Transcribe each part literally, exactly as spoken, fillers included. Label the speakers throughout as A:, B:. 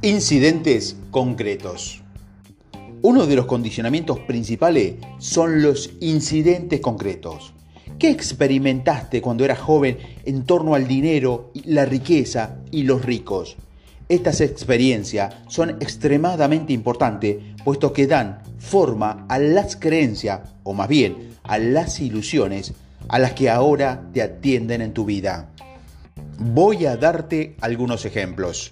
A: Incidentes concretos. Uno de los condicionamientos principales son los incidentes concretos. ¿Qué experimentaste cuando eras joven en torno al dinero, la riqueza y los ricos? Estas experiencias son extremadamente importantes, puesto que dan forma a las creencias, o más bien a las ilusiones, a las que ahora te atienden en tu vida. Voy a darte algunos ejemplos.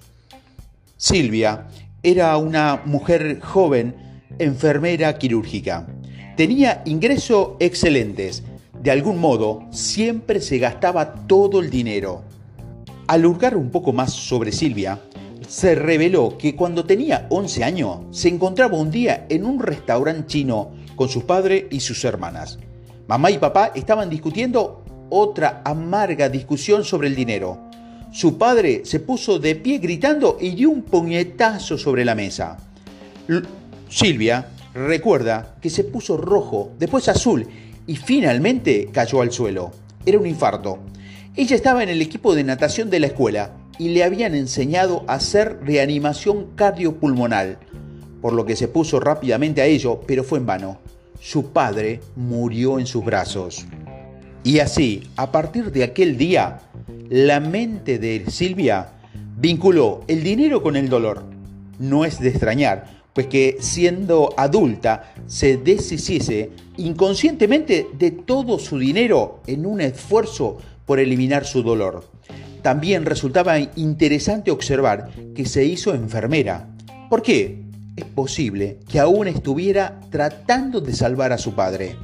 A: Silvia era una mujer joven, enfermera quirúrgica. Tenía ingresos excelentes. De algún modo, siempre se gastaba todo el dinero. Al hurgar un poco más sobre Silvia, se reveló que cuando tenía once años, se encontraba un día en un restaurante chino con sus padres y sus hermanas. Mamá y papá estaban discutiendo otra amarga discusión sobre el dinero. Su padre se puso de pie gritando y dio un puñetazo sobre la mesa. L- Silvia recuerda que se puso rojo, después azul y finalmente cayó al suelo. Era un infarto. Ella estaba en el equipo de natación de la escuela y le habían enseñado a hacer reanimación cardiopulmonar, por lo que se puso rápidamente a ello, pero fue en vano. Su padre murió en sus brazos. Y así, a partir de aquel día, la mente de Silvia vinculó el dinero con el dolor. No es de extrañar, pues que siendo adulta se deshiciese inconscientemente de todo su dinero en un esfuerzo por eliminar su dolor. También resultaba interesante observar que se hizo enfermera. ¿Por qué? Es posible que aún estuviera tratando de salvar a su padre.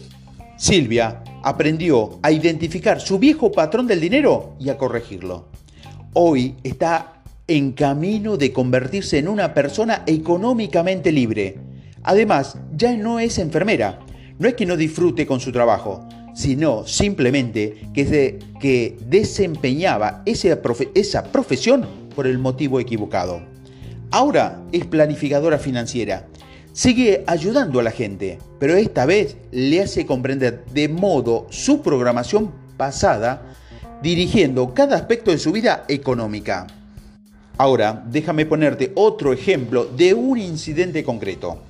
A: Silvia aprendió a identificar su viejo patrón del dinero y a corregirlo. Hoy está en camino de convertirse en una persona económicamente libre. Además, ya no es enfermera. No es que no disfrute con su trabajo, sino simplemente que, de, que desempeñaba esa, profe, esa profesión por el motivo equivocado. Ahora es planificadora financiera. Sigue ayudando a la gente, pero esta vez le hace comprender de modo su programación pasada, dirigiendo cada aspecto de su vida económica. Ahora, déjame ponerte otro ejemplo de un incidente concreto.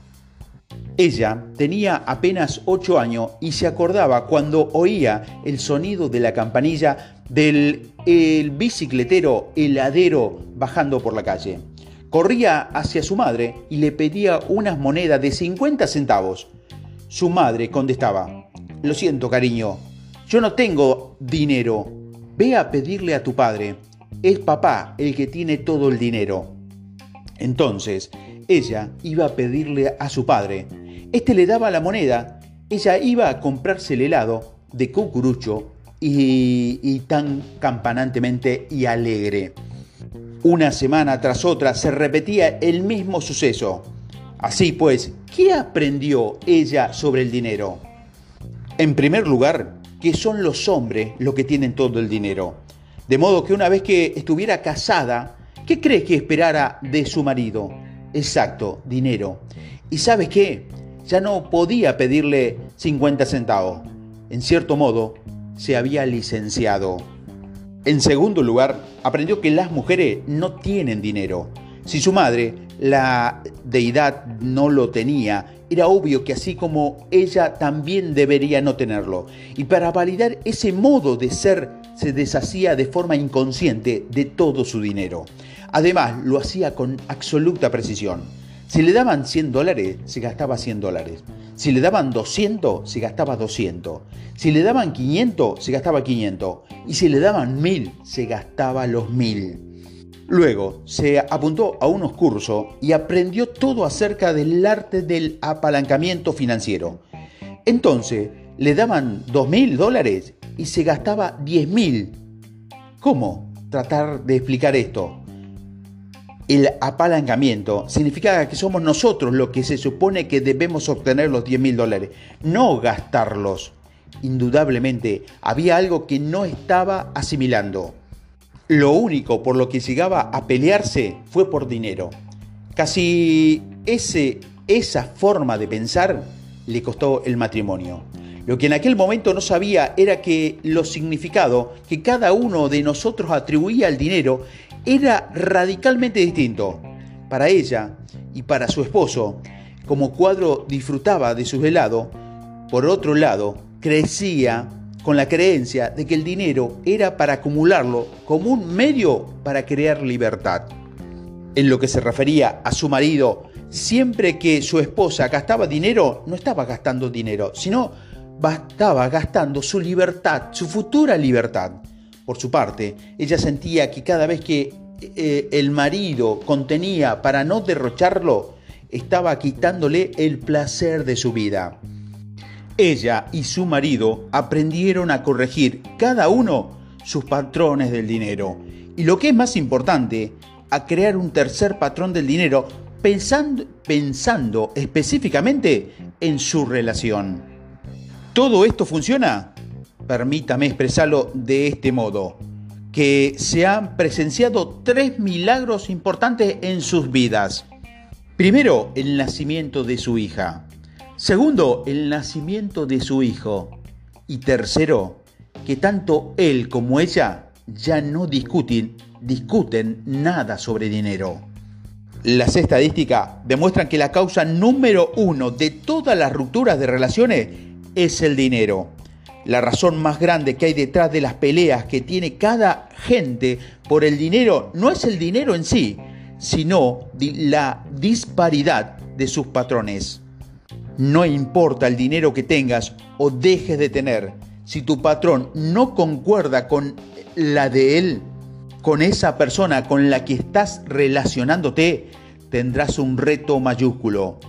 A: Ella tenía apenas ocho años y se acordaba cuando oía el sonido de la campanilla del el bicicletero heladero bajando por la calle. Corría hacia su madre y le pedía unas monedas de cincuenta centavos. Su madre contestaba: «Lo siento, cariño, yo no tengo dinero. Ve a pedirle a tu padre. Es papá el que tiene todo el dinero». Entonces, ella iba a pedirle a su padre. Este le daba la moneda. Ella iba a comprarse el helado de cucurucho y, y tan campanantemente y alegre. Una semana tras otra se repetía el mismo suceso. Así pues, ¿qué aprendió ella sobre el dinero? En primer lugar, que son los hombres los que tienen todo el dinero. De modo que una vez que estuviera casada, ¿qué crees que esperara de su marido? Exacto, dinero. ¿Y sabes qué? Ya no podía pedirle cincuenta centavos. En cierto modo, se había licenciado. En segundo lugar, aprendió que las mujeres no tienen dinero. Si su madre, la deidad, no lo tenía, era obvio que así como ella también debería no tenerlo. Y para validar ese modo de ser, se deshacía de forma inconsciente de todo su dinero. Además, lo hacía con absoluta precisión. Si le daban cien dólares, se gastaba cien dólares. Si le daban doscientos, se gastaba doscientos. Si le daban quinientos, se gastaba quinientos. Y si le daban mil, se gastaba los mil. Luego, se apuntó a unos cursos y aprendió todo acerca del arte del apalancamiento financiero. Entonces, le daban dos mil dólares y se gastaba diez mil. ¿Cómo tratar de explicar esto? El apalancamiento significa que somos nosotros los que se supone que debemos obtener los diez mil dólares, no gastarlos. Indudablemente, había algo que no estaba asimilando. Lo único por lo que llegaba a pelearse fue por dinero. Casi ese, esa forma de pensar le costó el matrimonio. Lo que en aquel momento no sabía era que lo significado que cada uno de nosotros atribuía al dinero era radicalmente distinto. para ella y para su esposo. Como Cuadro disfrutaba de su helado, por otro lado, crecía con la creencia de que el dinero era para acumularlo como un medio para crear libertad. En lo que se refería a su marido, siempre que su esposa gastaba dinero, no estaba gastando dinero, sino estaba gastando su libertad, su futura libertad. Por su parte, ella sentía que cada vez que eh, el marido contenía para no derrocharlo, estaba quitándole el placer de su vida. Ella y su marido aprendieron a corregir cada uno sus patrones del dinero. Y lo que es más importante, a crear un tercer patrón del dinero pensando, pensando específicamente en su relación. ¿Todo esto funciona? Permítame expresarlo de este modo, que se han presenciado tres milagros importantes en sus vidas. Primero, el nacimiento de su hija. Segundo, el nacimiento de su hijo. Y tercero, que tanto él como ella ya no discuten, discuten nada sobre dinero. Las estadísticas demuestran que la causa número uno de todas las rupturas de relaciones es el dinero. La razón más grande que hay detrás de las peleas que tiene cada gente por el dinero no es el dinero en sí, sino la disparidad de sus patrones. No importa el dinero que tengas o dejes de tener, si tu patrón no concuerda con la de él, con esa persona con la que estás relacionándote, tendrás un reto mayúsculo.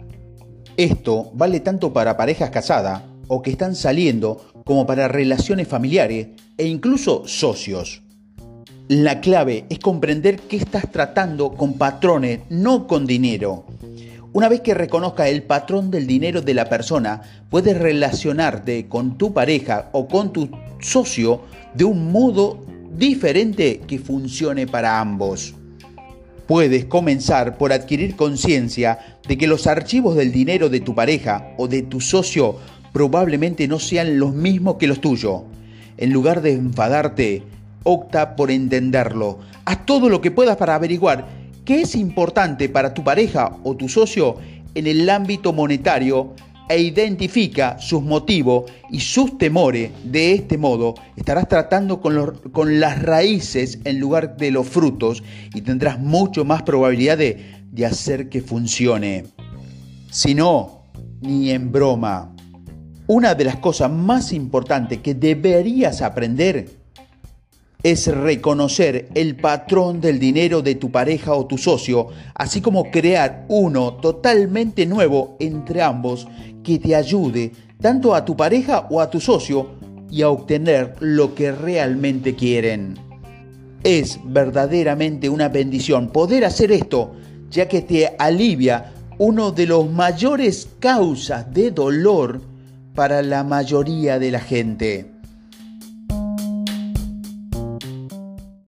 A: Esto vale tanto para parejas casadas o que están saliendo como para relaciones familiares e incluso socios. La clave es comprender que estás tratando con patrones, no con dinero. Una vez que reconozcas el patrón del dinero de la persona, puedes relacionarte con tu pareja o con tu socio de un modo diferente que funcione para ambos. Puedes comenzar por adquirir conciencia de que los archivos del dinero de tu pareja o de tu socio probablemente no sean los mismos que los tuyos. En lugar de enfadarte, opta por entenderlo. Haz todo lo que puedas para averiguar qué es importante para tu pareja o tu socio en el ámbito monetario e identifica sus motivos y sus temores. De este modo, estarás tratando con, los, con las raíces en lugar de los frutos y tendrás mucho más probabilidad de, de hacer que funcione. Si no, ni en broma. Una de las cosas más importantes que deberías aprender es reconocer el patrón del dinero de tu pareja o tu socio, así como crear uno totalmente nuevo entre ambos que te ayude tanto a tu pareja o a tu socio y a obtener lo que realmente quieren. Es verdaderamente una bendición poder hacer esto, ya que te alivia una de las mayores causas de dolor para la mayoría de la gente.